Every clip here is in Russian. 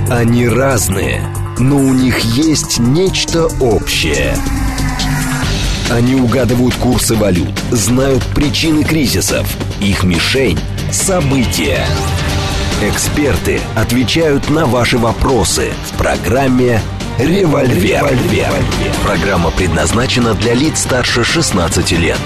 Они разные, но у них есть нечто общее. Они угадывают курсы валют, знают причины кризисов. Их мишень – события. Эксперты отвечают на ваши вопросы в программе «Револьвер». Программа предназначена для лиц старше 16 лет.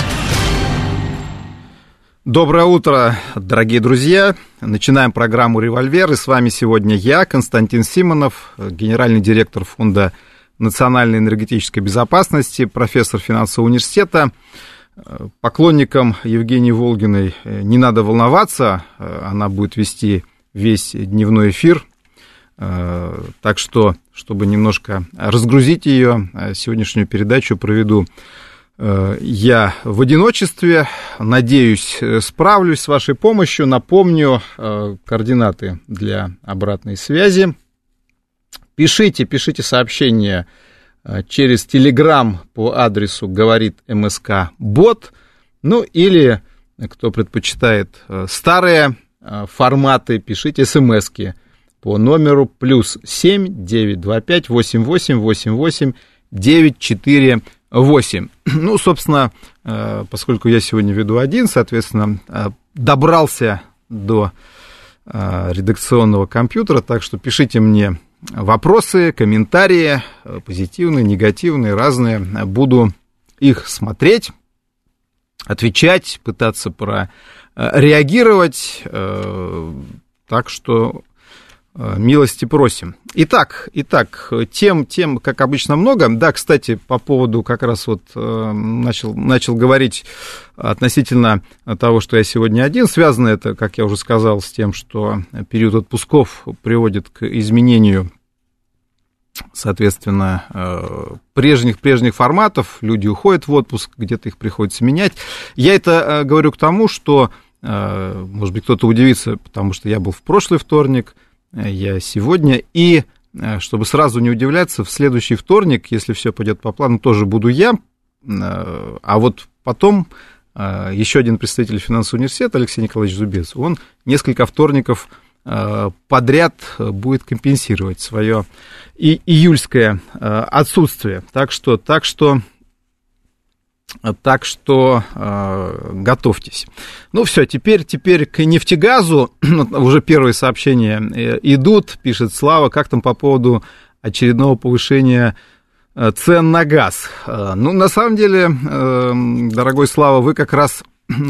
Доброе утро, дорогие друзья. Начинаем программу «Револьвер». И с вами сегодня я, Константин Симонов, генеральный директор Фонда национальной энергетической безопасности, профессор финансового университета. Поклонникам Евгении Волгиной не надо волноваться, она будет вести весь дневной эфир. Так что, чтобы немножко разгрузить ее, сегодняшнюю передачу проведу я в одиночестве. Надеюсь, справлюсь с вашей помощью. Напомню координаты для обратной связи. Пишите сообщения через Telegram по адресу «Говорит МСК Бот». Ну, или, кто предпочитает старые форматы, пишите смски по номеру +7 925 88 88 948. Ну, собственно, поскольку я сегодня веду один, соответственно, добрался до редакционного компьютера, так что пишите мне вопросы, комментарии, позитивные, негативные, разные. Буду их смотреть, отвечать, пытаться реагировать. Так что милости просим. Итак, тем, как обычно, много. Да, кстати, по поводу как раз вот начал говорить относительно того, что я сегодня один. Связано это, как я уже сказал, с тем, что период отпусков приводит к изменению, соответственно, прежних форматов. Люди уходят в отпуск, где-то их приходится менять. Я это говорю к тому, что, может быть, кто-то удивится, потому что я был в прошлый вторник, я сегодня, и, чтобы сразу не удивляться, в следующий вторник, если все пойдет по плану, тоже буду я, а вот потом еще один представитель финансового университета, Алексей Николаевич Зубец, он несколько вторников подряд будет компенсировать свое июльское отсутствие, так что готовьтесь. Ну, все, теперь к нефтегазу. Уже первые сообщения идут, пишет Слава. Как там по поводу очередного повышения цен на газ? Ну, на самом деле, дорогой Слава, вы как раз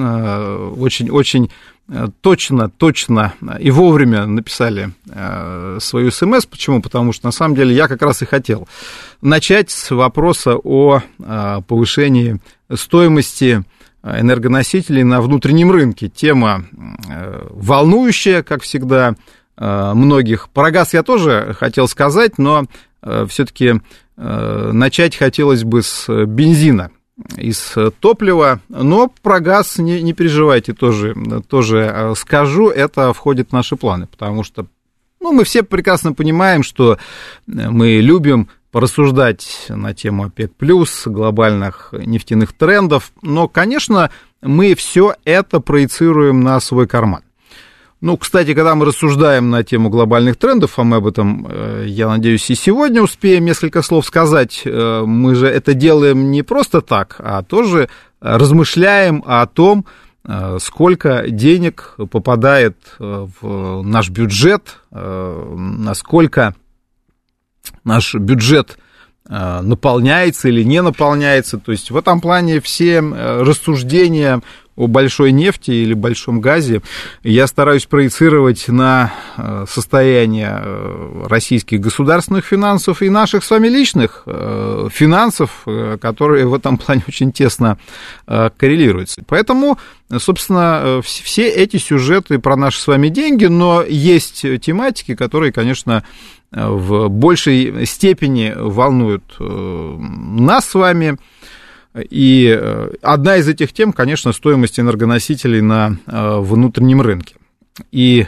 очень точно и вовремя написали свою СМС. Почему? Потому что, на самом деле, я как раз и хотел начать с вопроса о повышении стоимости энергоносителей на внутреннем рынке. Тема волнующая, как всегда, многих. Про газ я тоже хотел сказать, но все-таки начать хотелось бы с бензина, из топлива, но про газ не переживайте, тоже скажу, это входит в наши планы, потому что мы все прекрасно понимаем, что мы любим порассуждать на тему ОПЕК+, глобальных нефтяных трендов, но, конечно, мы все это проецируем на свой карман. Ну, кстати, когда мы рассуждаем на тему глобальных трендов, а мы об этом, я надеюсь, и сегодня успеем несколько слов сказать, мы же это делаем не просто так, а тоже размышляем о том, сколько денег попадает в наш бюджет, насколько наш бюджет наполняется или не наполняется. То есть в этом плане все рассуждения о большой нефти или большом газе я стараюсь проецировать на состояние российских государственных финансов и наших с вами личных финансов, которые в этом плане очень тесно коррелируются. Поэтому, собственно, все эти сюжеты про наши с вами деньги, но есть тематики, которые, конечно, в большей степени волнуют нас с вами. И одна из этих тем, конечно, стоимость энергоносителей на внутреннем рынке. И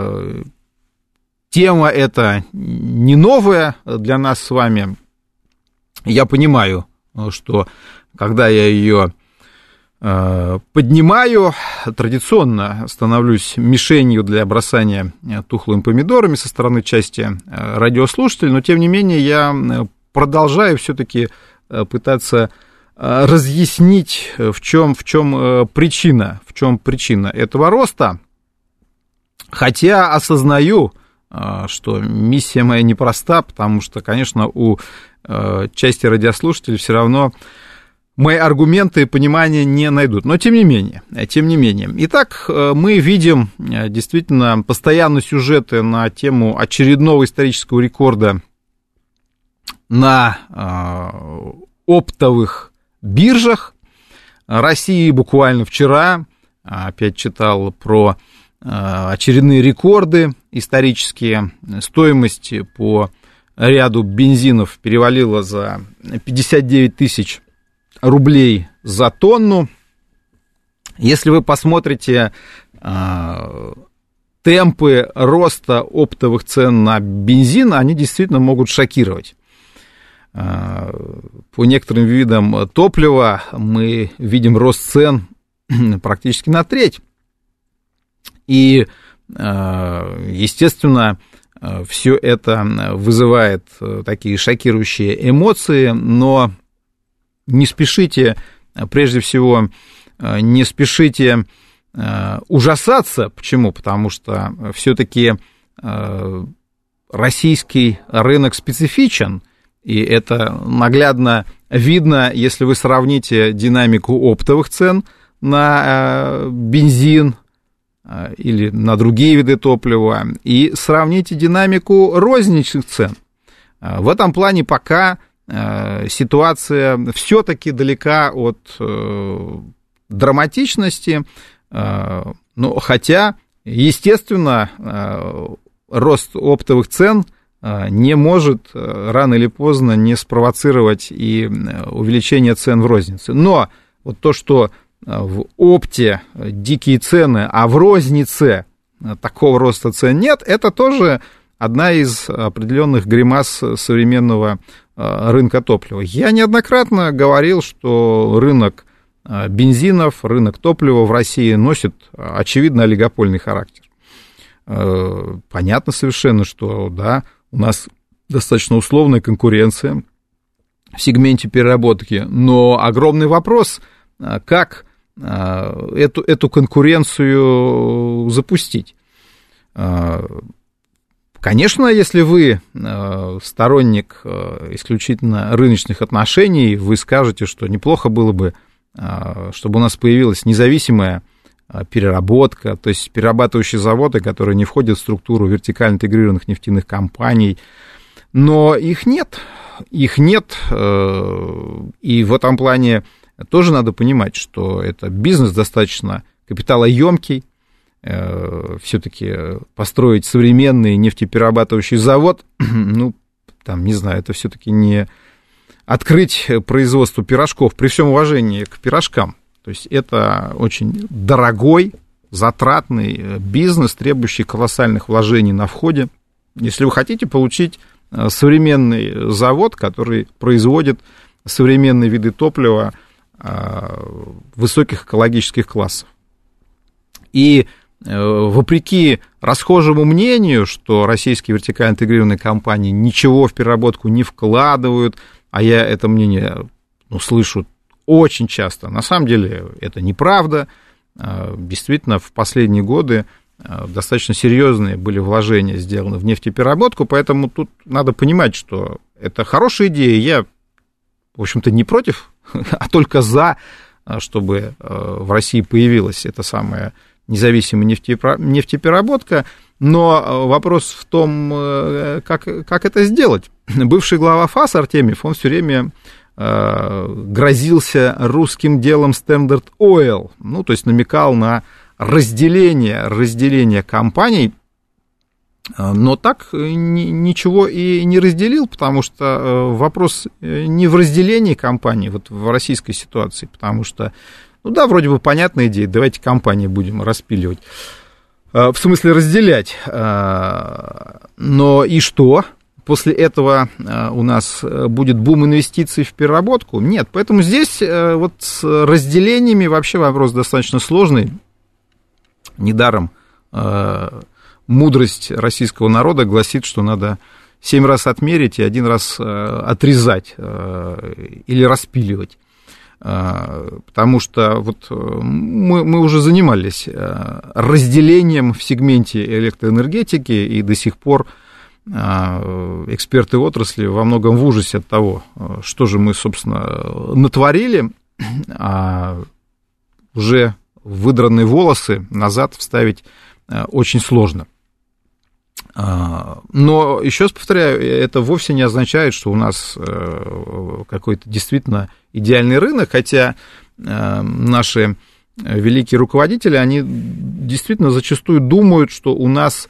тема эта не новая для нас с вами. Я понимаю, что когда я ее поднимаю, традиционно становлюсь мишенью для бросания тухлыми помидорами со стороны части радиослушателей, но, тем не менее, я продолжаю все-таки пытаться разъяснить, в чем причина этого роста, хотя осознаю, что миссия моя непроста, потому что, конечно, у части радиослушателей все равно мои аргументы и понимания не найдут, но тем не менее. Итак, мы видим действительно постоянно сюжеты на тему очередного исторического рекорда на оптовых биржах России. Буквально вчера опять читал про очередные рекорды исторические. Стоимость по ряду бензинов перевалила за 59 тысяч рублей за тонну. Если вы посмотрите темпы роста оптовых цен на бензин, они действительно могут шокировать. По некоторым видам топлива мы видим рост цен практически на треть. И, естественно, все это вызывает такие шокирующие эмоции, но не спешите, прежде всего, не спешите ужасаться. Почему? Потому что все-таки российский рынок специфичен, и это наглядно видно, если вы сравните динамику оптовых цен на бензин или на другие виды топлива и сравните динамику розничных цен. В этом плане пока ситуация все-таки далека от драматичности, но хотя, естественно, рост оптовых цен не может рано или поздно не спровоцировать и увеличение цен в рознице. Но вот то, что в опте дикие цены, а в рознице такого роста цен нет, это тоже одна из определенных гримас современного рынка топлива. Я неоднократно говорил, что рынок бензинов, рынок топлива в России носит, очевидно, олигопольный характер. Понятно совершенно, что, да, у нас достаточно условная конкуренция в сегменте переработки, но огромный вопрос, как эту конкуренцию запустить. Конечно, если вы сторонник исключительно рыночных отношений, вы скажете, что неплохо было бы, чтобы у нас появилась независимая переработка, то есть перерабатывающие заводы, которые не входят в структуру вертикально интегрированных нефтяных компаний, но их нет, и в этом плане тоже надо понимать, что это бизнес достаточно капиталоемкий. Все-таки построить современный нефтеперерабатывающий завод, ну, там, не знаю, это все-таки не открыть производство пирожков, при всем уважении к пирожкам. То есть это очень дорогой, затратный бизнес, требующий колоссальных вложений на входе. Если вы хотите получить современный завод, который производит современные виды топлива высоких экологических классов. И вопреки расхожему мнению, что российские вертикально интегрированные компании ничего в переработку не вкладывают, а я это мнение слышу очень часто, на самом деле это неправда. Действительно, в последние годы достаточно серьезные были вложения сделаны в нефтепереработку, поэтому тут надо понимать, что это хорошая идея. Я, в общем-то, не против, а только за, чтобы в России появилась эта самая независимая нефтепереработка, но вопрос в том, как это сделать. Бывший глава ФАС Артемьев, он все время грозился русским делом Standard Oil, ну, то есть намекал на разделение компаний, но так ничего и не разделил, потому что вопрос не в разделении компаний, вот в российской ситуации, потому что, ну да, вроде бы понятная идея, давайте компании будем распиливать, в смысле разделять, но и что? после этого у нас будет бум инвестиций в переработку? Нет. Поэтому здесь вот с разделениями вообще вопрос достаточно сложный. Недаром мудрость российского народа гласит, что надо 7 раз отмерить и 1 раз отрезать или распиливать. Потому что вот мы уже занимались разделением в сегменте электроэнергетики, и до сих пор эксперты отрасли во многом в ужасе от того, что же мы, собственно, натворили, а уже выдранные волосы назад вставить очень сложно. Но, еще раз повторяю, это вовсе не означает, что у нас какой-то действительно идеальный рынок, хотя наши великие руководители, они действительно зачастую думают, что у нас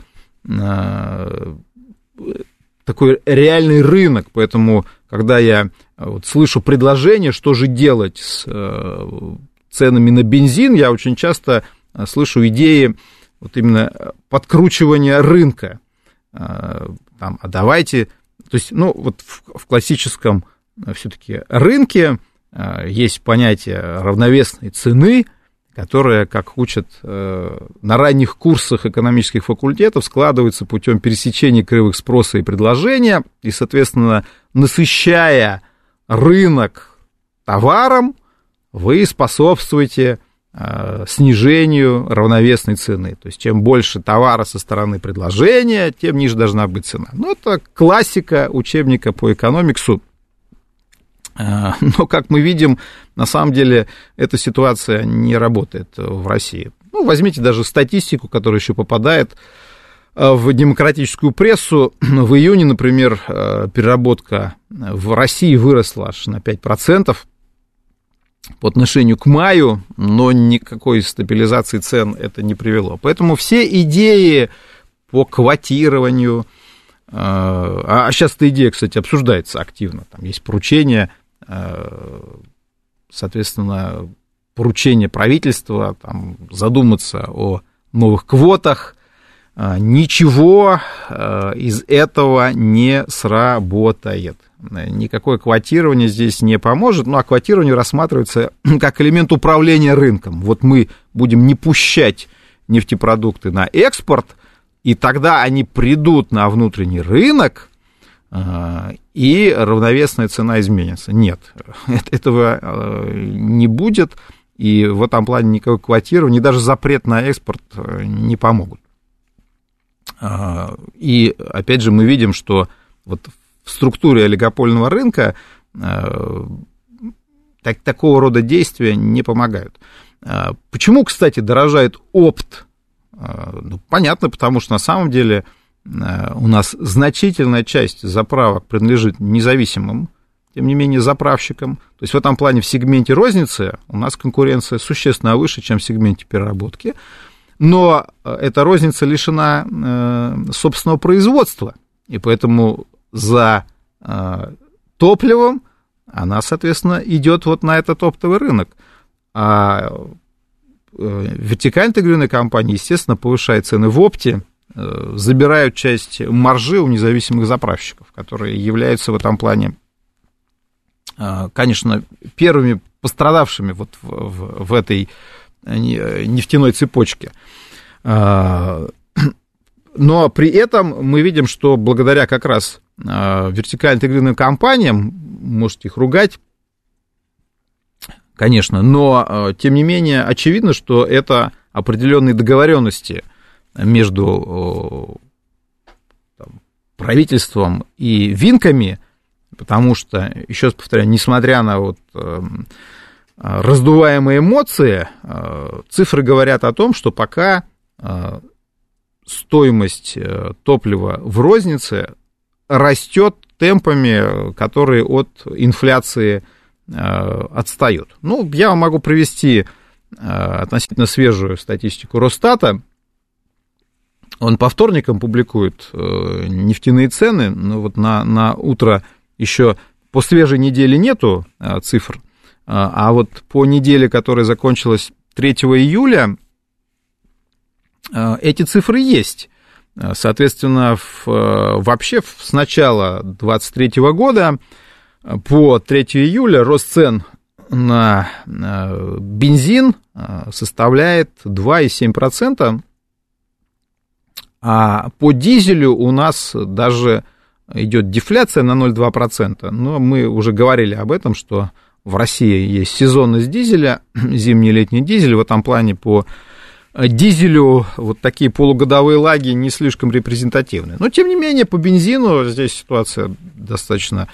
такой реальный рынок, поэтому, когда я вот слышу предложение, что же делать с ценами на бензин, я очень часто слышу идеи вот именно подкручивания рынка. Там, а давайте, то есть, ну, вот в классическом все-таки рынке есть понятие равновесной цены, которая, как учат на ранних курсах экономических факультетов, складывается путем пересечения кривых спроса и предложения, и, соответственно, насыщая рынок товаром, вы способствуете снижению равновесной цены. То есть, чем больше товара со стороны предложения, тем ниже должна быть цена. Ну, это классика учебника по экономиксу. Но, как мы видим, на самом деле эта ситуация не работает в России. Ну, возьмите даже статистику, которая еще попадает в демократическую прессу. В июне, например, переработка в России выросла аж на 5%. По отношению к маю, но никакой стабилизации цен это не привело. Поэтому все идеи по квотированию, а сейчас эта идея, кстати, обсуждается активно, там есть поручение, соответственно, поручение правительства там, задуматься о новых квотах, ничего из этого не сработает. Никакое квотирование здесь не поможет, ну, а квотирование рассматривается как элемент управления рынком. Вот мы будем не пущать нефтепродукты на экспорт, и тогда они придут на внутренний рынок, и равновесная цена изменится. Нет, этого не будет, и в этом плане никакого квотирования, даже запрет на экспорт не помогут. И, опять же, мы видим, что вот в структуре олигопольного рынка такого рода действия не помогают. Почему, кстати, дорожает опт? Ну, понятно, потому что на самом деле у нас значительная часть заправок принадлежит независимым, тем не менее, заправщикам. То есть в этом плане в сегменте розницы у нас конкуренция существенно выше, чем в сегменте переработки. Но эта розница лишена собственного производства, и поэтому за топливом она, соответственно, идет вот на этот оптовый рынок. А вертикально интегрированные компании, естественно, повышают цены в опте, забирают часть маржи у независимых заправщиков, которые являются в этом плане, конечно, первыми пострадавшими вот в этой нефтяной цепочке. Но при этом мы видим, что благодаря как раз вертикально интегрированным компаниям, можете их ругать, конечно, но тем не менее очевидно, что это определенные договоренности между правительством и винками, потому что, еще раз повторяю, несмотря на вот раздуваемые эмоции, цифры говорят о том, что пока стоимость топлива в рознице растет темпами, которые от инфляции отстают. Ну, я вам могу привести относительно свежую статистику Росстата. Он по вторникам публикует нефтяные цены, но вот на утро еще по свежей неделе нету цифр, а вот по неделе, которая закончилась 3 июля, эти цифры есть. Соответственно, вообще с начала 2023 года по 3 июля рост цен на бензин составляет 2,7%, а по дизелю у нас даже идет дефляция на 0,2%. Но мы уже говорили об этом, что в России есть сезонность дизеля, зимний и летний дизель. В этом плане по дизелю вот такие полугодовые лаги не слишком репрезентативны. Но, тем не менее, по бензину здесь ситуация достаточно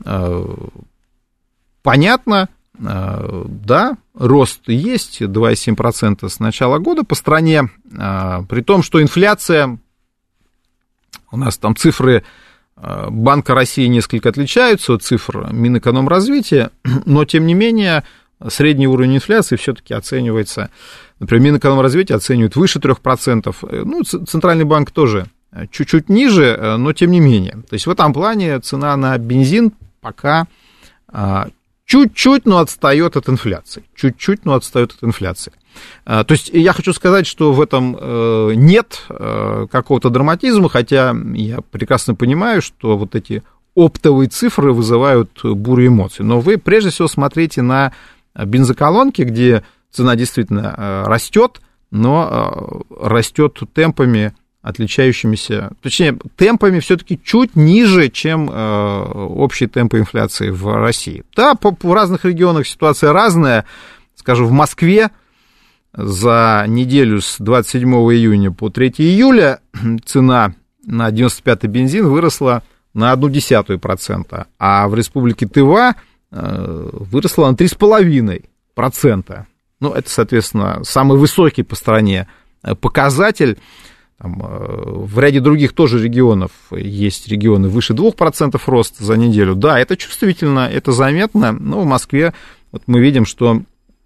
понятна. Да, рост есть, 2,7% с начала года по стране, при том, что инфляция, у нас там цифры Банка России несколько отличаются от цифр Минэкономразвития, но, тем не менее, средний уровень инфляции все-таки оценивается, например, Минэкономразвития оценивает выше 3%, ну, Центральный банк тоже чуть-чуть ниже, но тем не менее. То есть в этом плане цена на бензин пока чуть-чуть, но отстает от инфляции. Чуть-чуть, но отстает от инфляции. То есть я хочу сказать, что в этом нет какого-то драматизма, хотя я прекрасно понимаю, что вот эти оптовые цифры вызывают бурю эмоций. Но вы прежде всего смотрите на бензоколонки, где цена действительно растет, но растет темпами, отличающимися, точнее, темпами все-таки чуть ниже, чем общие темпы инфляции в России. Да, в разных регионах ситуация разная. Скажем, в Москве за неделю с 27 июня по 3 июля цена на 95-й бензин выросла на 0,1%, а в республике Тыва выросла на 3,5%. Ну, это, соответственно, самый высокий по стране показатель. Там, в ряде других тоже регионов есть регионы выше 2% роста за неделю. Да, это чувствительно, это заметно, но в Москве вот мы видим, что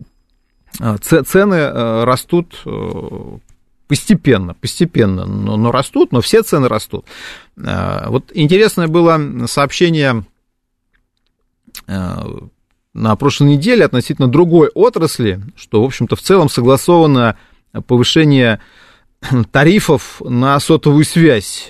цены растут постепенно, но растут, но все цены растут. Вот интересное было сообщение на прошлой неделе относительно другой отрасли, что, в общем-то, в целом согласовано повышение тарифов на сотовую связь.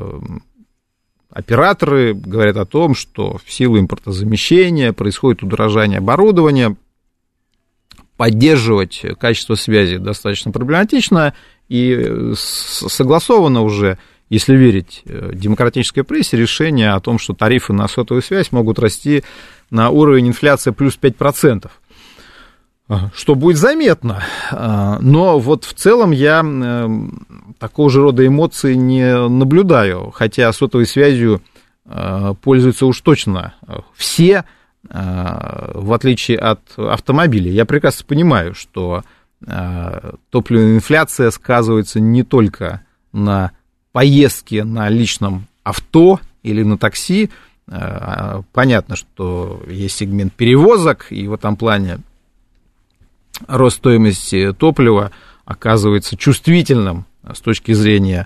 Операторы говорят о том, что в силу импортозамещения происходит удорожание оборудования, поддерживать качество связи достаточно проблематично, и согласовано уже, если верить демократической прессе, решение о том, что тарифы на сотовую связь могут расти на уровень инфляции плюс 5%. Что будет заметно, но вот в целом я такого же рода эмоций не наблюдаю, хотя сотовой связью пользуются уж точно все, в отличие от автомобилей. Я прекрасно понимаю, что топливная инфляция сказывается не только на поездке на личном авто или на такси. Понятно, что есть сегмент перевозок, и в этом плане рост стоимости топлива оказывается чувствительным с точки зрения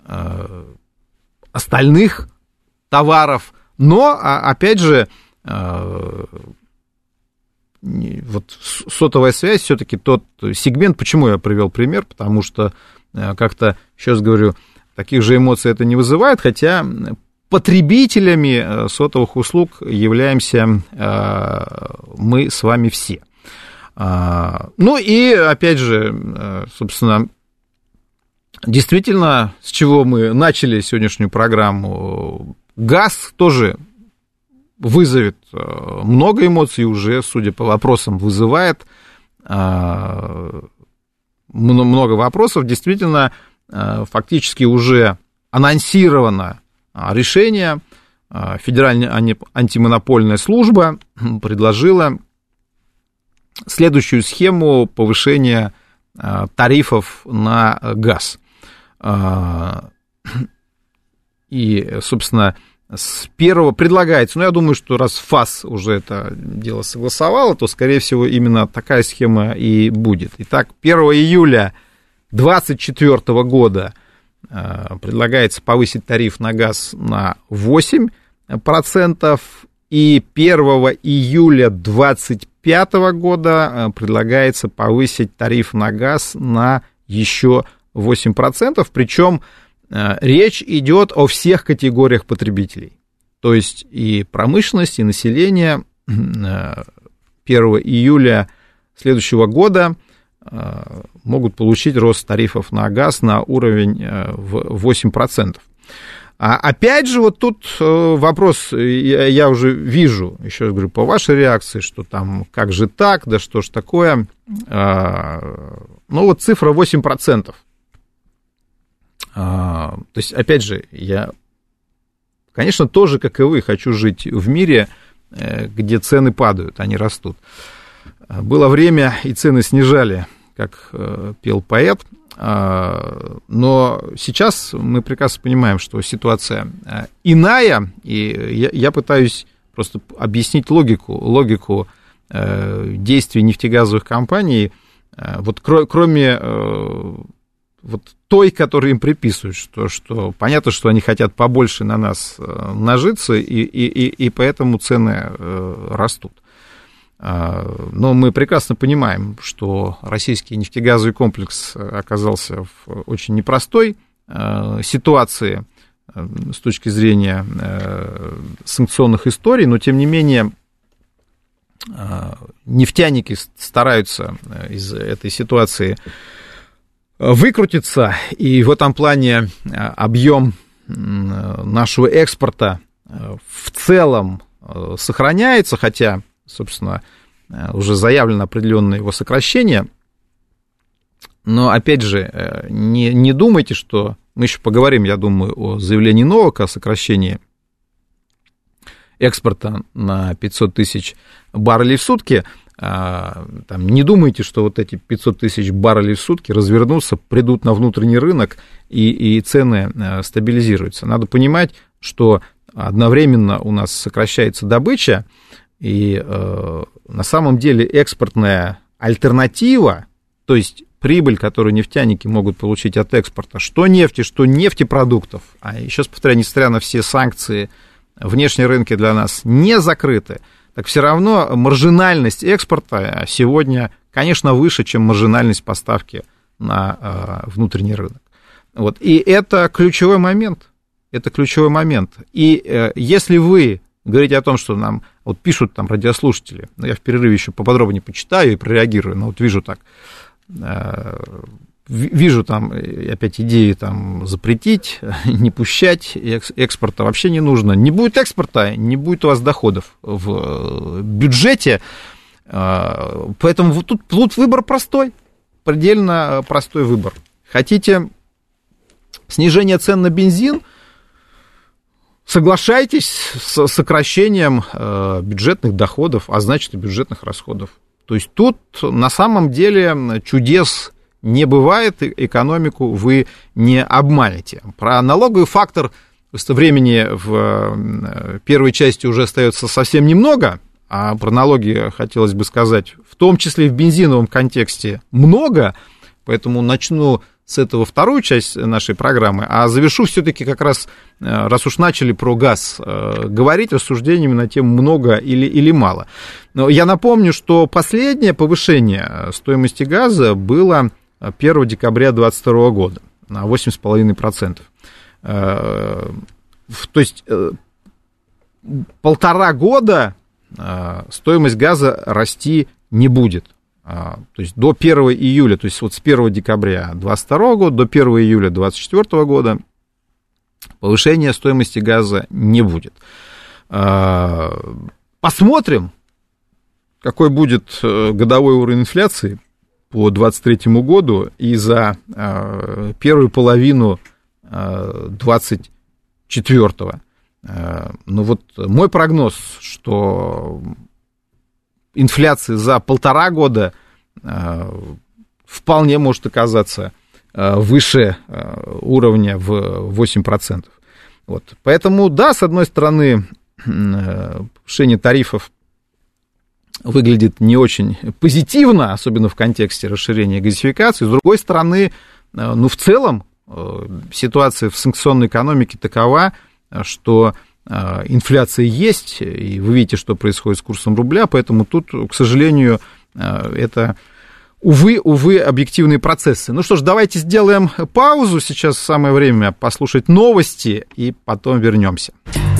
остальных товаров, но, опять же, вот сотовая связь все-таки тот сегмент, почему я привел пример, потому что как-то, еще раз говорю, таких же эмоций это не вызывает, хотя потребителями сотовых услуг являемся мы с вами все. Ну и, опять же, собственно, действительно, с чего мы начали сегодняшнюю программу, газ тоже вызовет много эмоций, уже, судя по вопросам, вызывает много вопросов. Действительно, фактически уже анонсировано решение. Федеральная антимонопольная служба предложила следующую схему повышения тарифов на газ. И, собственно, с первого предлагается, я думаю, что раз ФАС уже это дело согласовало, то, скорее всего, именно такая схема и будет. Итак, 1 июля 2024 года предлагается повысить тариф на газ на 8%, и 1 июля 2025 года предлагается повысить тариф на газ на еще 8%, причем речь идет о всех категориях потребителей. То есть и промышленность, и население 1 июля следующего года могут получить рост тарифов на газ на уровень в 8%. А опять же, вот тут вопрос, я уже вижу, еще раз говорю, по вашей реакции, что там, как же так, да что ж такое, ну вот цифра 8%. То есть, опять же, я, конечно, тоже, как и вы, хочу жить в мире, где цены падают, а не растут. Было время, и цены снижали, как пел поэт, но сейчас мы прекрасно понимаем, что ситуация иная, и я пытаюсь просто объяснить логику действий нефтегазовых компаний, вот кроме вот той, которую им приписывают, что понятно, что они хотят побольше на нас нажиться, и поэтому цены растут. Но мы прекрасно понимаем, что российский нефтегазовый комплекс оказался в очень непростой ситуации с точки зрения санкционных историй, но тем не менее нефтяники стараются из этой ситуации выкрутиться, и в этом плане объем нашего экспорта в целом сохраняется, хотя, собственно, уже заявлено определенное его сокращение. Но, опять же, не думайте, что... Мы еще поговорим, я думаю, о заявлении Новака о сокращении экспорта на 500 тысяч баррелей в сутки. Там, не думайте, что вот эти 500 тысяч баррелей в сутки развернутся, придут на внутренний рынок и цены стабилизируются. Надо понимать, что одновременно у нас сокращается добыча, и на самом деле экспортная альтернатива, то есть прибыль, которую нефтяники могут получить от экспорта, что нефти, что нефтепродуктов, а еще раз повторяю, несмотря на все санкции, внешние рынки для нас не закрыты, так все равно маржинальность экспорта сегодня, конечно, выше, чем маржинальность поставки на внутренний рынок. Вот. И это ключевой момент. Это ключевой момент. И если вы говорите о том, что нам вот пишут там радиослушатели, я в перерыве еще поподробнее почитаю и прореагирую, но вот вижу так, вижу там опять идеи там запретить, не пущать, экспорта вообще не нужно. Не будет экспорта, не будет у вас доходов в бюджете, поэтому тут выбор простой, предельно простой выбор. Хотите снижение цен на бензин, соглашайтесь с сокращением бюджетных доходов, а значит и бюджетных расходов. То есть тут на самом деле чудес не бывает, экономику вы не обманете. Про налоговый фактор времени в первой части уже остается совсем немного, а про налоги, хотелось бы сказать, в том числе и в бензиновом контексте много, поэтому начну с этого вторую часть нашей программы, а завершу все-таки как раз, уж начали про газ говорить, рассуждениями на тему много или мало. Но я напомню, что последнее повышение стоимости газа было 1 декабря 2022 года на 8,5%. То есть 1,5 года стоимость газа расти не будет. То есть до 1 июля, то есть вот с 1 декабря 2022 года до 1 июля 2024 года повышения стоимости газа не будет. Посмотрим, какой будет годовой уровень инфляции по 2023 году и за первую половину 2024. Ну вот мой прогноз, что инфляция за 1,5 года вполне может оказаться выше уровня в 8%. Вот. Поэтому, да, с одной стороны, повышение тарифов выглядит не очень позитивно, особенно в контексте расширения газификации. С другой стороны, ну, в целом, ситуация в санкционной экономике такова, что инфляция есть, и вы видите, что происходит с курсом рубля, поэтому тут, к сожалению, это увы, объективные процессы. Ну что ж, давайте сделаем паузу. Сейчас самое время послушать новости, и потом вернемся.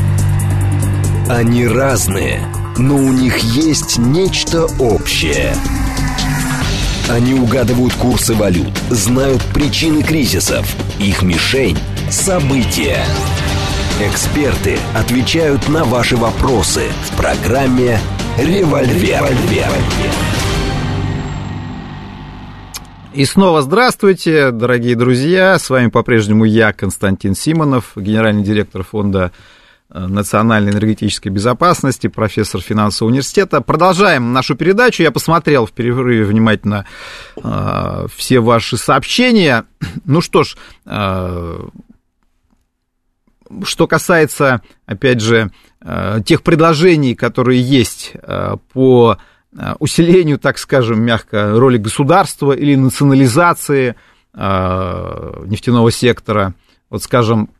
Они разные, но у них есть нечто общее. Они угадывают курсы валют, знают причины кризисов. Их мишень – события. Эксперты отвечают на ваши вопросы в программе «Револьвер». И снова здравствуйте, дорогие друзья. С вами по-прежнему я, Константин Симонов, генеральный директор Фонда национальной энергетической безопасности, профессор финансового университета. Продолжаем нашу передачу. Я посмотрел в перерыве внимательно все ваши сообщения. Ну что ж, что касается, опять же, тех предложений, которые есть по усилению, так скажем, мягко, роли государства или национализации нефтяного сектора, вот, скажем,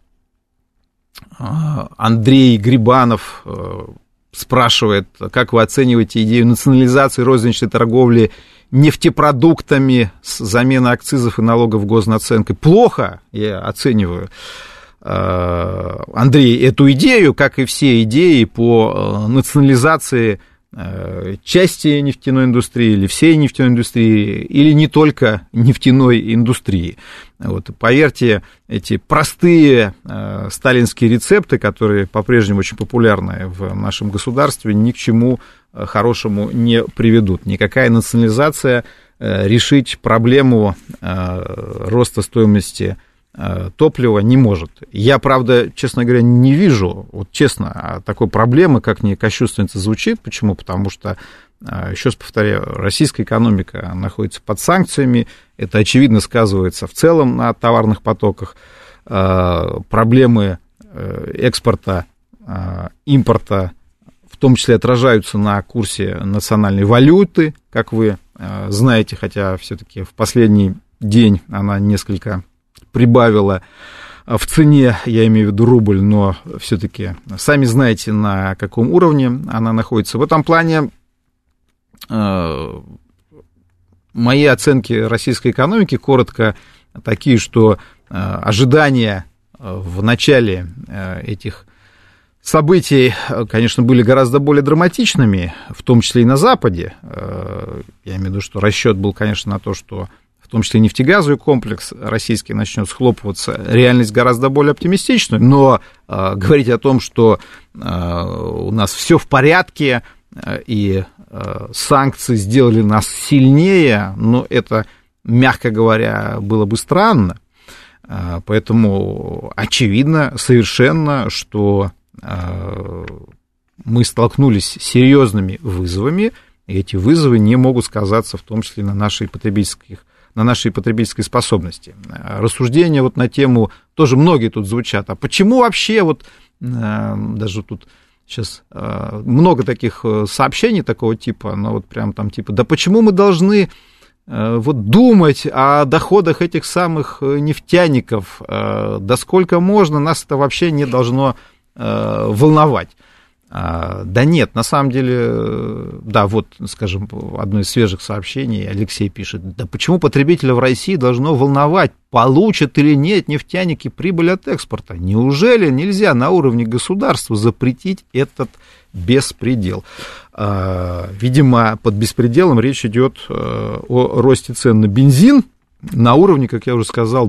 Андрей Грибанов спрашивает, как вы оцениваете идею национализации розничной торговли нефтепродуктами с заменой акцизов и налогов госнаценкой? Плохо, я оцениваю, Андрей, эту идею, как и все идеи по национализации части нефтяной индустрии или всей нефтяной индустрии, или не только нефтяной индустрии. Вот, поверьте, эти простые сталинские рецепты, которые по-прежнему очень популярны в нашем государстве, ни к чему хорошему не приведут. Никакая национализация решить проблему роста стоимости топлива не может. Я, правда, честно говоря, не вижу, вот честно, такой проблемы, как ни кощунственно это звучит. Почему? Потому что, еще раз повторяю, российская экономика находится под санкциями, это очевидно сказывается в целом на товарных потоках. Проблемы экспорта, импорта, в том числе отражаются на курсе национальной валюты, как вы знаете, хотя все-таки в последний день она несколько прибавила в цене, я имею в виду рубль, но все-таки сами знаете, на каком уровне она находится. В этом плане мои оценки российской экономики коротко такие, что ожидания в начале этих событий, конечно, были гораздо более драматичными, в том числе и на Западе. Я имею в виду, что расчет был, конечно, на то, что в том числе нефтегазовый комплекс российский начнет схлопываться. Реальность гораздо более оптимистичная, но говорить о том, что у нас все в порядке и санкции сделали нас сильнее, ну, это, мягко говоря, было бы странно. Поэтому очевидно совершенно, что мы столкнулись с серьезными вызовами, и эти вызовы не могут сказаться в том числе на нашей потребительской способности. Рассуждения вот на тему, тоже многие тут звучат, а почему вообще вот, даже тут сейчас много таких сообщений такого типа, но вот прям там типа, да почему мы должны вот думать о доходах этих самых нефтяников, да сколько можно, нас это вообще не должно волновать. Да нет, на самом деле, да, вот, скажем, одно из свежих сообщений, Алексей пишет, да почему потребителя в России должно волновать, получат или нет нефтяники прибыль от экспорта? Неужели нельзя на уровне государства запретить этот беспредел? Видимо, под беспределом речь идет о росте цен на бензин на уровне, как я уже сказал,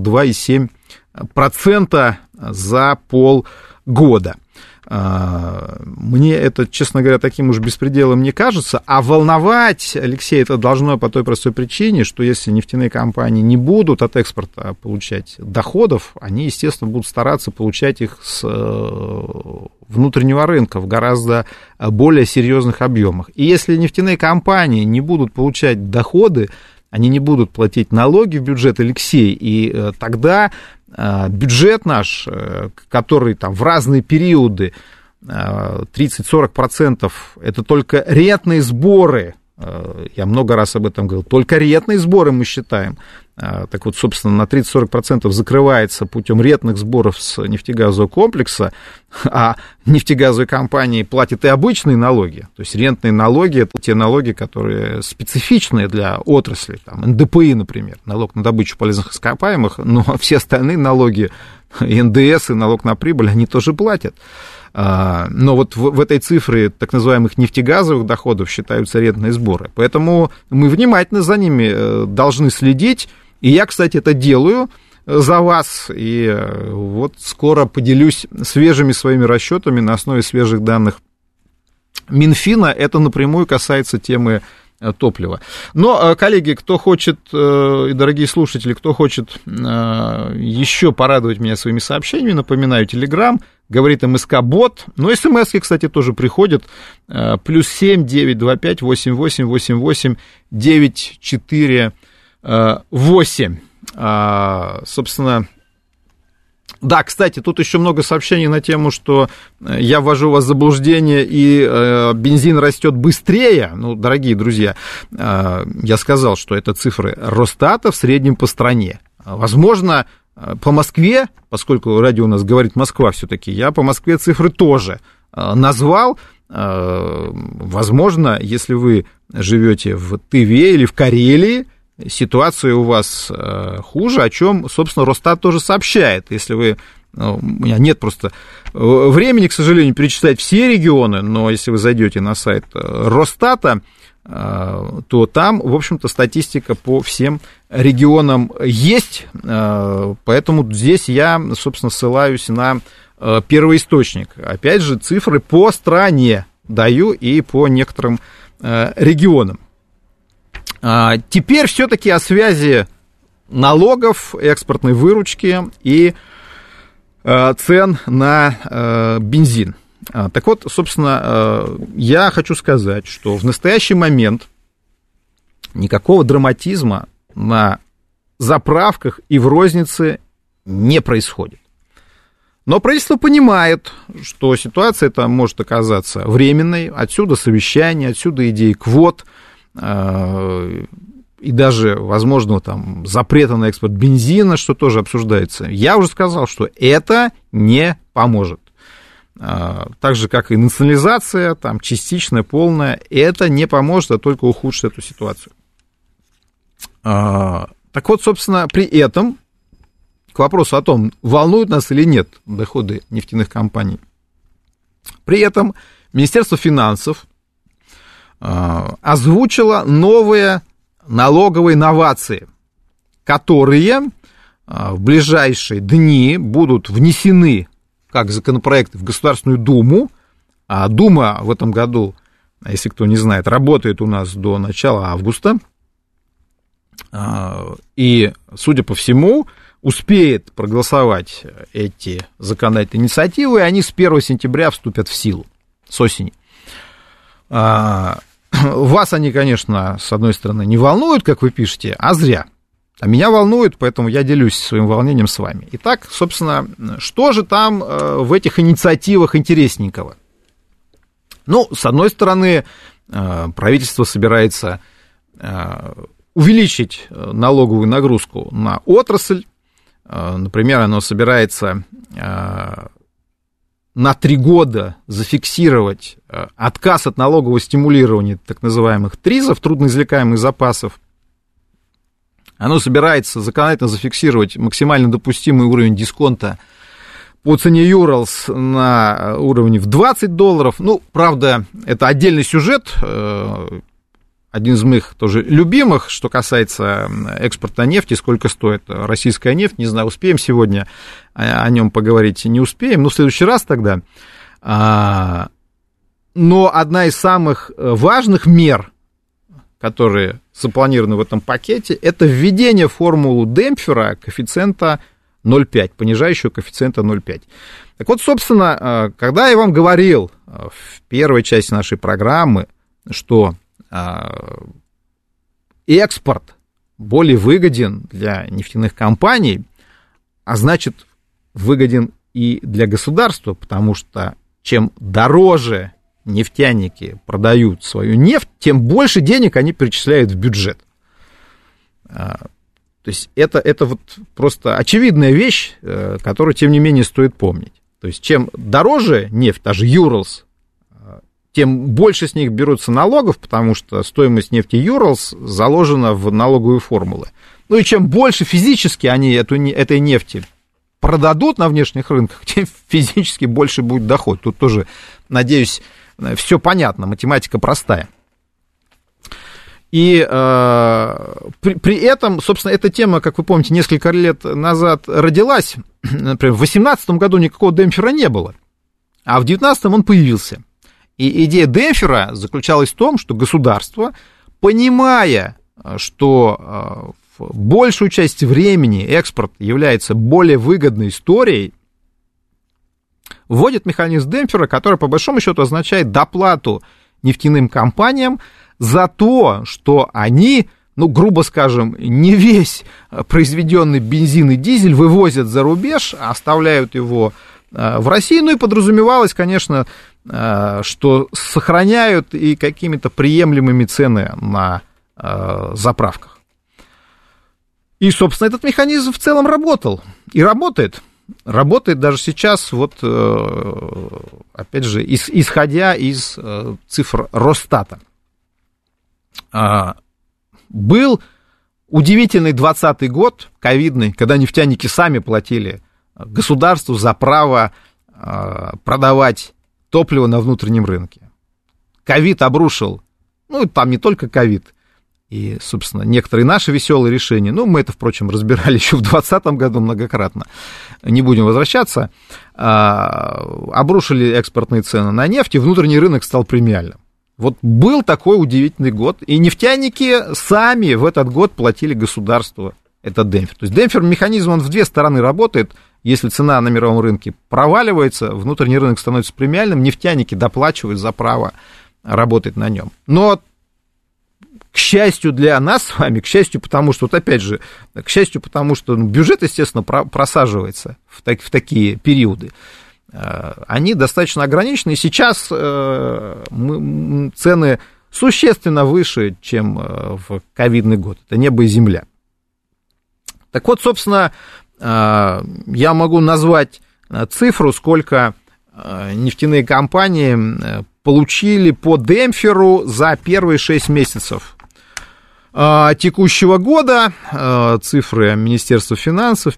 2,7% за полгода. Мне это, честно говоря, таким уж беспределом не кажется, а волновать, Алексей, это должно по той простой причине, что если нефтяные компании не будут от экспорта получать доходов, они, естественно, будут стараться получать их с внутреннего рынка в гораздо более серьезных объемах. И если нефтяные компании не будут получать доходы, они не будут платить налоги в бюджет, Алексей, и тогда бюджет наш, который там в разные периоды 30-40% это только рентные сборы Я много раз об этом говорил. Только рентные сборы мы считаем. Так вот, собственно, на 30-40% закрывается путем рентных сборов с нефтегазового комплекса, а нефтегазовые компании платят и обычные налоги. То есть рентные налоги — это те налоги, которые специфичные для отрасли. Там, НДПИ, например, налог на добычу полезных ископаемых, но все остальные налоги, и НДС, и налог на прибыль, они тоже платят. Но вот в этой цифре так называемых нефтегазовых доходов считаются рентные сборы. Поэтому мы внимательно за ними должны следить. И я, кстати, это делаю за вас. И вот скоро поделюсь свежими своими расчетами на основе свежих данных Минфина. Это напрямую касается темы топлива. Но, коллеги, кто хочет, и дорогие слушатели, кто хочет еще порадовать меня своими сообщениями, напоминаю, Telegram, говорит МСК-бот, но смс-ки, кстати, тоже приходят, +7 925 88 88 948. Собственно, да, кстати, тут еще много сообщений на тему, что я ввожу вас в заблуждение, и бензин растет быстрее. Ну, дорогие друзья, я сказал, что это цифры Росстата в среднем по стране. Возможно, по Москве, поскольку радио у нас говорит Москва все-таки, я по Москве цифры тоже назвал. Возможно, если вы живете в Тыве или в Карелии, ситуация у вас хуже, о чем, собственно, Росстат тоже сообщает. Если вы... у меня нет просто времени, к сожалению, перечислять все регионы, но если вы зайдете на сайт Росстата, то там, в общем-то, статистика по всем регионам есть, поэтому здесь я, собственно, ссылаюсь на первоисточник. Опять же, цифры по стране даю и по некоторым регионам. Теперь все-таки о связи налогов, экспортной выручки и цен на бензин. Так вот, собственно, я хочу сказать, что в настоящий момент никакого драматизма на заправках и в рознице не происходит. Но правительство понимает, что ситуация эта может оказаться временной, отсюда совещание, отсюда идеи квот, и даже, возможно, там, запрета на экспорт бензина, что тоже обсуждается. Я уже сказал, что это не поможет. Так же, как и национализация, там, частичная, полная, это не поможет, а только ухудшит эту ситуацию. Так вот, собственно, при этом, к вопросу о том, волнуют нас или нет доходы нефтяных компаний, при этом Министерство финансов озвучило новые налоговые новации, которые в ближайшие дни будут внесены как законопроекты в Государственную Думу. А Дума в этом году, если кто не знает, работает у нас до начала августа. И, судя по всему, успеет проголосовать эти законодательные инициативы, и они с 1 сентября вступят в силу, с осени. Вас они, конечно, с одной стороны, не волнуют, как вы пишете, а зря. А меня волнует, поэтому я делюсь своим волнением с вами. Итак, собственно, что же там в этих инициативах интересненького? Ну, с одной стороны, правительство собирается увеличить налоговую нагрузку на отрасль. Например, оно собирается на 3 года зафиксировать отказ от налогового стимулирования так называемых ТРИЗов, трудноизвлекаемых запасов. Оно собирается законодательно зафиксировать максимально допустимый уровень дисконта по цене Юралс на уровне в $20. Ну, правда, это отдельный сюжет, один из моих тоже любимых, что касается экспорта нефти, сколько стоит российская нефть. Не знаю, успеем сегодня о нем поговорить, не успеем, но в следующий раз тогда. Но одна из самых важных мер, которые запланированы в этом пакете, это введение формулы Демпфера коэффициента 0,5, понижающего коэффициента 0,5. Так вот, собственно, когда я вам говорил в первой части нашей программы, что экспорт более выгоден для нефтяных компаний, а значит, выгоден и для государства, потому что чем дороже нефтяники продают свою нефть, тем больше денег они перечисляют в бюджет. То есть это вот просто очевидная вещь, которую, тем не менее, стоит помнить. То есть чем дороже нефть, даже Urals, тем больше с них берутся налогов, потому что стоимость нефти Urals заложена в налоговые формулы. Ну и чем больше физически они этой нефти продадут на внешних рынках, тем физически больше будет доход. Тут тоже, надеюсь, все понятно, математика простая. И при этом, собственно, эта тема, как вы помните, несколько лет назад родилась. Например, в 2018 году никакого демпфера не было, а в 2019 он появился. И идея демпфера заключалась в том, что государство, понимая, что в большую часть времени экспорт является более выгодной историей, вводит механизм демпфера, который, по большому счету, означает доплату нефтяным компаниям за то, что они, ну, грубо скажем, не весь произведенный бензин и дизель вывозят за рубеж, а оставляют его в России. Ну и подразумевалось, конечно, что сохраняют и какими-то приемлемыми цены на заправках. И, собственно, этот механизм в целом работал. И работает. Работает даже сейчас, вот, опять же, исходя из цифр Росстата. Был удивительный 2020 год, ковидный, когда нефтяники сами платили государству за право продавать топливо на внутреннем рынке. Ковид обрушил, ну, там не только ковид, и, собственно, некоторые наши веселые решения, ну, мы это, впрочем, разбирали еще в 2020 году многократно, не будем возвращаться, обрушили экспортные цены на нефть, и внутренний рынок стал премиальным. Вот был такой удивительный год, и нефтяники сами в этот год платили государству этот демпфер. То есть демпфер-механизм, он в две стороны работает. Если цена на мировом рынке проваливается, внутренний рынок становится премиальным, нефтяники доплачивают за право работать на нем. Но, к счастью для нас с вами, к счастью, потому что, вот опять же, к счастью, потому что бюджет, естественно, просаживается в такие периоды, они достаточно ограничены, и сейчас цены существенно выше, чем в ковидный год. Это небо и земля. Так вот, собственно, я могу назвать цифру, сколько нефтяные компании получили по демпферу за первые 6 месяцев текущего года. Цифры Министерства финансов: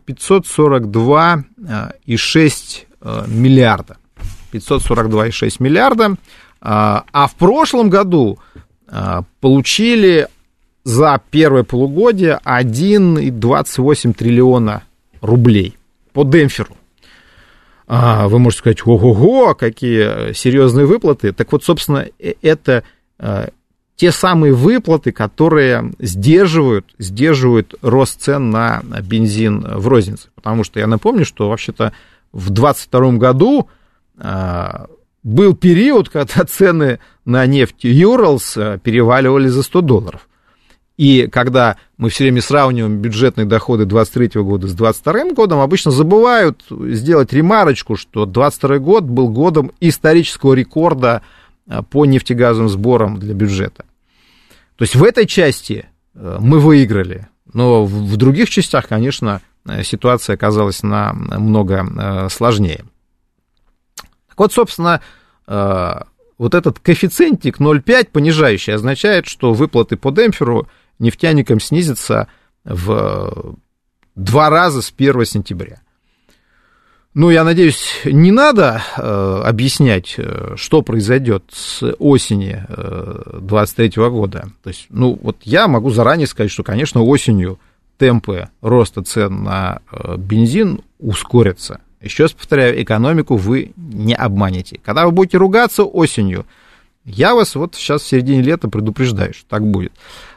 542,6 миллиарда. 542,6 миллиарда. А в прошлом году получили за первое полугодие 1,28 триллиона рублей по демпферу. Вы можете сказать: ого-го, какие серьезные выплаты. Так вот, собственно, это те самые выплаты, которые сдерживают рост цен на бензин в рознице. Потому что я напомню, что вообще-то в 2022 году был период, когда цены на нефть Urals переваливали за $100. И когда мы все время сравниваем бюджетные доходы 2023 года с 2022 годом, обычно забывают сделать ремарочку, что 2022 год был годом исторического рекорда по нефтегазовым сборам для бюджета. То есть в этой части мы выиграли, но в других частях, конечно, ситуация оказалась намного сложнее. Так вот, собственно, вот этот коэффициентик 0,5 понижающий означает, что выплаты по демпферу нефтяникам снизятся в 2 раза с 1 сентября. Ну, я надеюсь, не надо объяснять, что произойдет с осени 2023 года. То есть, ну, вот я могу заранее сказать, что, конечно, осенью темпы роста цен на бензин ускорятся. Еще раз повторяю, экономику вы не обманете. Когда вы будете ругаться осенью, я вас вот сейчас в середине лета предупреждаю, что так будет.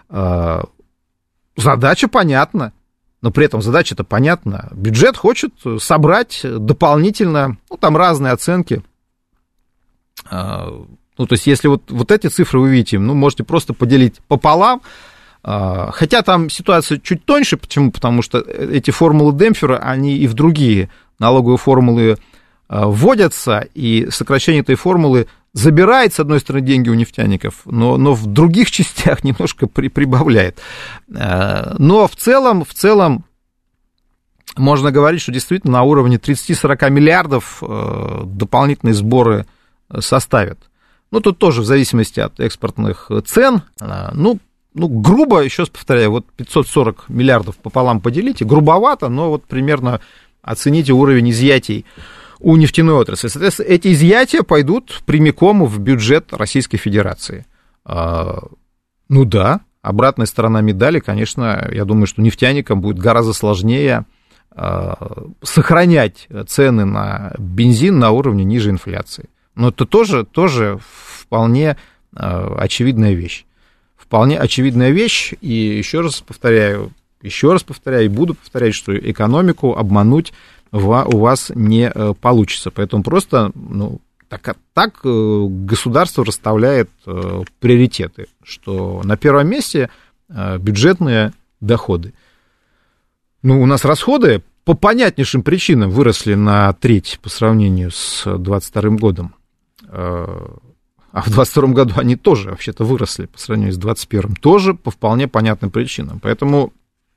Задача понятна, но при этом задача-то понятна. Бюджет хочет собрать дополнительно, ну, там разные оценки. Ну, то есть, если вот эти цифры вы видите, ну, можете просто поделить пополам, хотя там ситуация чуть тоньше. Почему? Потому что эти формулы демпфера, они и в другие налоговые формулы вводятся, и сокращение этой формулы забирает, с одной стороны, деньги у нефтяников, но в других частях немножко прибавляет. Но в целом можно говорить, что действительно на уровне 30-40 миллиардов дополнительные сборы составят. Ну, тут тоже в зависимости от экспортных цен. Ну, грубо, еще раз повторяю, вот 540 миллиардов пополам поделите, грубовато, но вот примерно оцените уровень изъятий у нефтяной отрасли. Соответственно, эти изъятия пойдут прямиком в бюджет Российской Федерации. Ну да, обратная сторона медали, конечно, я думаю, что нефтяникам будет гораздо сложнее сохранять цены на бензин на уровне ниже инфляции. Но это тоже вполне очевидная вещь. Вполне очевидная вещь, и еще раз повторяю, и буду повторять, что экономику обмануть у вас не получится. Поэтому просто так государство расставляет приоритеты, что на первом месте бюджетные доходы. Ну, у нас расходы по понятнейшим причинам выросли на треть по сравнению с 2022 годом. А в 2022 году они тоже вообще-то выросли по сравнению с 2021, тоже по вполне понятным причинам. Поэтому,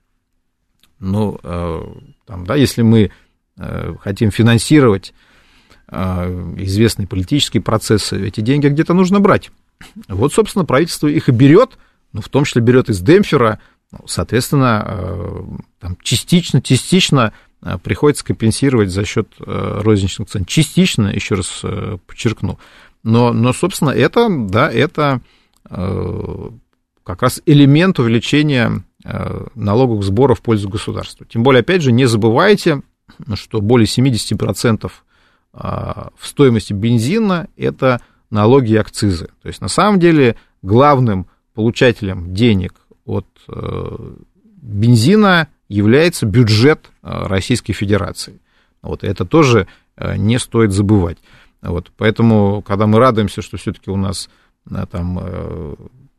если мы хотим финансировать известные политические процессы, эти деньги где-то нужно брать. Вот, собственно, правительство их и берет, в том числе берет из демпфера, соответственно, там частично приходится компенсировать за счет розничных цен. Частично, еще раз подчеркну. Но, собственно, это как раз элемент увеличения налоговых сборов в пользу государства. Тем более, опять же, не забывайте, что более 70% в стоимости бензина это налоги и акцизы. То есть, на самом деле, главным получателем денег от бензина является бюджет Российской Федерации. Вот, это тоже не стоит забывать. Вот, поэтому, когда мы радуемся, что все-таки у нас там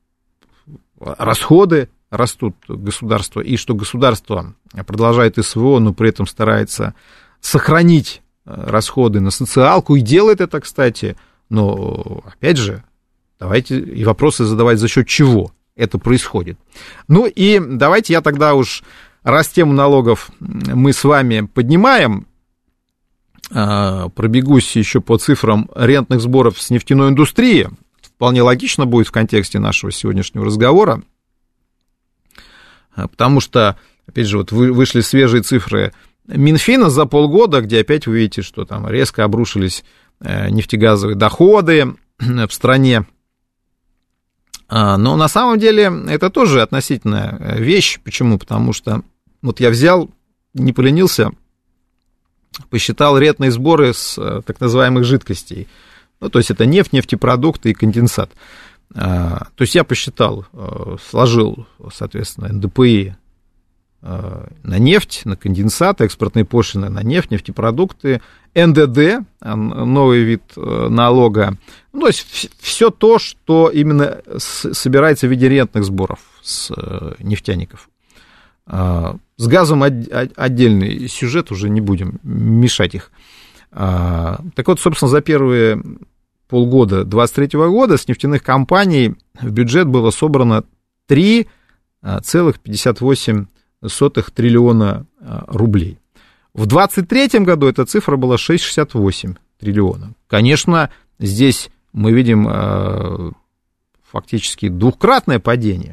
расходы растут государства, и что государство продолжает СВО, но при этом старается сохранить расходы на социалку, и делает это, кстати, но, опять же, давайте и вопросы задавать, за счет чего это происходит. Ну и давайте я тогда уж, раз тему налогов мы с вами поднимаем, пробегусь еще по цифрам рентных сборов с нефтяной индустрии. Вполне логично будет в контексте нашего сегодняшнего разговора, потому что, опять же, вот вышли свежие цифры Минфина за полгода, где опять вы видите, что там резко обрушились нефтегазовые доходы в стране. Но на самом деле это тоже относительная вещь. Почему? Потому что вот я взял, не поленился, посчитал рентные сборы с так называемых жидкостей. Ну, то есть это нефть, нефтепродукты и конденсат. То есть я посчитал, сложил, соответственно, НДПИ на нефть, на конденсат, экспортные пошлины на нефть, нефтепродукты, НДД, новый вид налога, ну, то есть все то, что именно собирается в виде рентных сборов с нефтяников. С газом отдельный сюжет, уже не будем мешать их. Так вот, собственно, за первые полгода 2023 года с нефтяных компаний в бюджет было собрано 3,58 триллиона рублей. В 2023 году эта цифра была 6,68 триллиона. Конечно, здесь мы видим фактически двукратное падение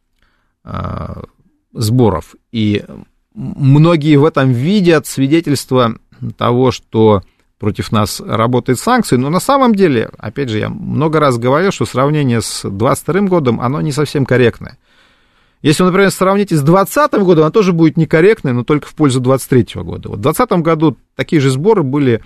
сборов, и многие в этом видят свидетельство того, что против нас работают санкции, но на самом деле, опять же, я много раз говорил, что сравнение с 2022 годом, оно не совсем корректное. Если вы, например, сравните с 2020 годом, оно тоже будет некорректное, но только в пользу 2023 года. Вот в 2020 году такие же сборы были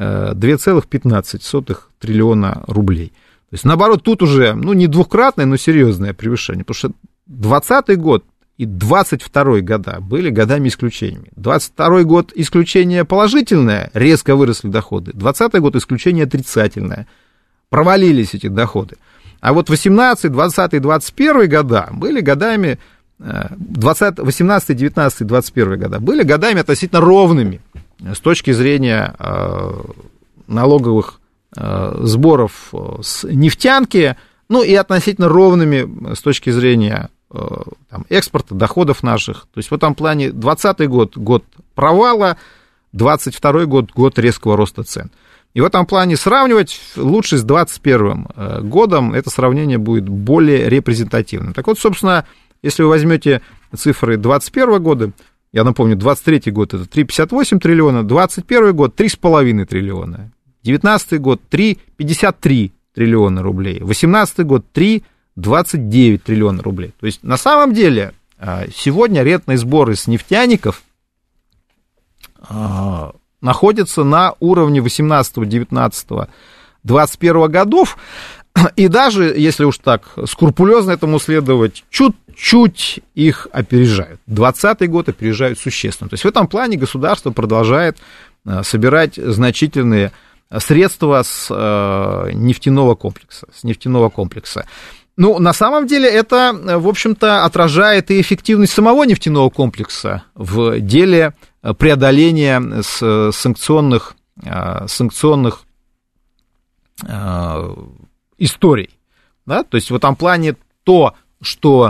2,15 триллиона рублей. То есть, наоборот, тут уже, не двукратное, но серьезное превышение, потому что 2020 год и 22 года были годами исключениями. 22 год исключение положительное, резко выросли доходы. 20 год исключение отрицательное, провалились эти доходы. А вот 18, 20 и 21 года были годами, 18, 19, 21 года были годами относительно ровными с точки зрения налоговых сборов с нефтянки, ну и относительно ровными с точки зрения там, экспорта, доходов наших. То есть в этом плане 2020 год, год провала, 2022 год, год резкого роста цен. И в этом плане сравнивать лучше с 2021 годом, это сравнение будет более репрезентативным. Так вот, собственно, если вы возьмете цифры 2021 года, я напомню, 2023 год это 3,58 триллиона, 2021 год 3,5 триллиона, 2019 год 3,53 триллиона рублей, 2018 год 3,29 триллиона рублей. То есть, на самом деле, сегодня рентные сборы с нефтяников находятся на уровне 18, 19, 21 годов, и даже, если уж так скрупулезно этому следовать, чуть-чуть их опережают. 2020 год опережают существенно. То есть в этом плане государство продолжает собирать значительные средства с нефтяного комплекса. Ну, на самом деле, это, в общем-то, отражает и эффективность самого нефтяного комплекса в деле преодоления санкционных историй. Да? То есть в этом плане то, что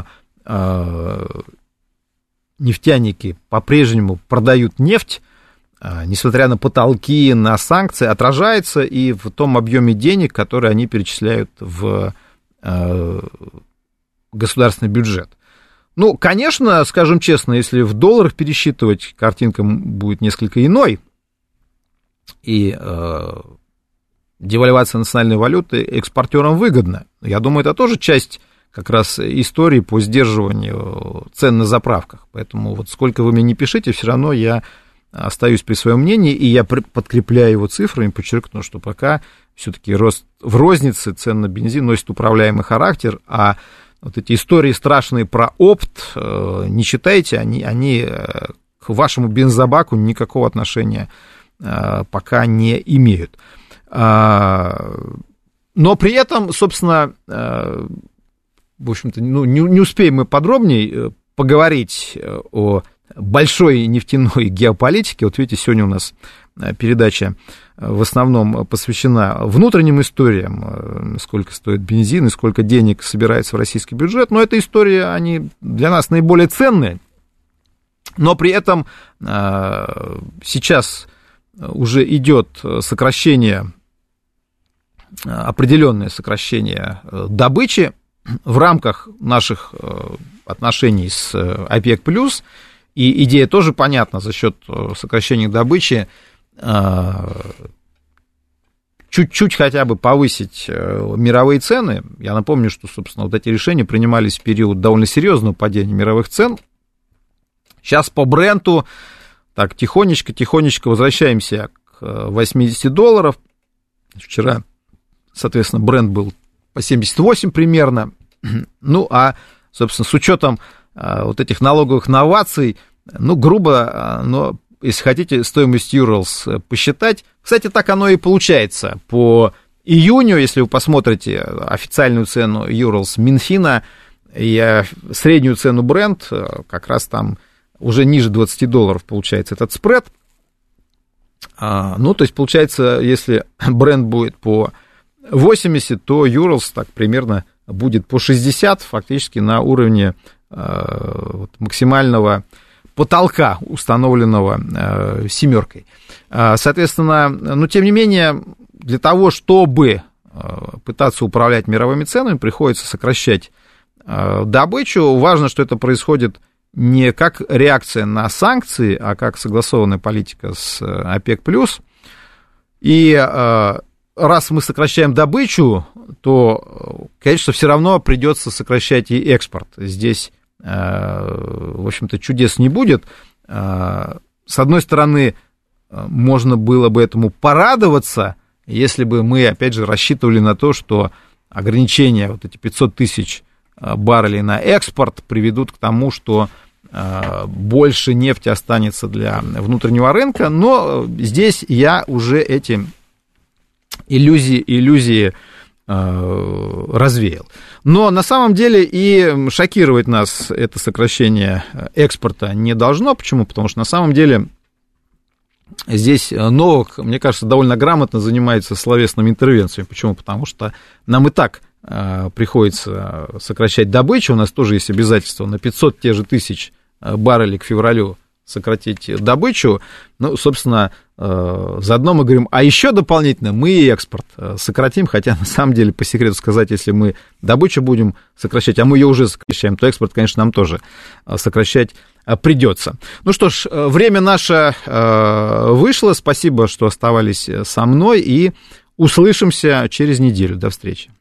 нефтяники по-прежнему продают нефть, несмотря на потолки, на санкции, отражается и в том объеме денег, которые они перечисляют в государственный бюджет. Ну, конечно, скажем честно, если в долларах пересчитывать, картинка будет несколько иной, и девальвация национальной валюты экспортерам выгодна. Я думаю, это тоже часть как раз истории по сдерживанию цен на заправках. Поэтому вот сколько вы мне не пишите, все равно я остаюсь при своем мнении, и я подкрепляю его цифрами, подчеркну, что пока все-таки рост в рознице цен на бензин носит управляемый характер, а вот эти истории страшные про опт, не читайте, они к вашему бензобаку никакого отношения пока не имеют. Но при этом, собственно, в общем-то, ну, не успеем мы подробнее поговорить о большой нефтяной геополитике. Вот видите, сегодня у нас передача в основном посвящена внутренним историям, сколько стоит бензин и сколько денег собирается в российский бюджет. Но эта история, они для нас наиболее ценные. Но при этом сейчас уже идет сокращение, определенное сокращение добычи в рамках наших отношений с ОПЕК+. И идея тоже понятна, за счет сокращения добычи чуть-чуть хотя бы повысить мировые цены. Я напомню, что, собственно, вот эти решения принимались в период довольно серьезного падения мировых цен. Сейчас по Бренту так тихонечко возвращаемся к $80. Вчера, соответственно, Брент был по 78 примерно. Ну, а, собственно, с учетом вот этих налоговых новаций, ну, грубо, но, если хотите, стоимость Urals посчитать. Кстати, так оно и получается. По июню, если вы посмотрите официальную цену Urals Минфина и среднюю цену Brent, как раз там уже ниже $20 получается этот спред. Ну, то есть, получается, если Brent будет по 80, то Urals так примерно будет по 60, фактически на уровне максимального потолка, установленного семеркой. Соответственно, но тем не менее, для того, чтобы пытаться управлять мировыми ценами, приходится сокращать добычу. Важно, что это происходит не как реакция на санкции, а как согласованная политика с ОПЕК+. И раз мы сокращаем добычу, то, конечно, все равно придется сокращать и экспорт. Здесь, в общем-то, чудес не будет. С одной стороны, можно было бы этому порадоваться, если бы мы, опять же, рассчитывали на то, что ограничения, вот эти 500 тысяч баррелей на экспорт приведут к тому, что больше нефти останется для внутреннего рынка, но здесь я уже эти иллюзии развеял. Но на самом деле и шокировать нас это сокращение экспорта не должно. Почему? Потому что на самом деле здесь Новак, мне кажется, довольно грамотно занимается словесными интервенциями. Почему? Потому что нам и так приходится сокращать добычу, у нас тоже есть обязательство на 500 те же тысяч баррелей к февралю сократить добычу. Ну, собственно, заодно мы говорим, а еще дополнительно мы и экспорт сократим, хотя на самом деле, по секрету сказать, если мы добычу будем сокращать, а мы ее уже сокращаем, то экспорт, конечно, нам тоже сокращать придется. Ну что ж, время наше вышло, спасибо, что оставались со мной, и услышимся через неделю. До встречи.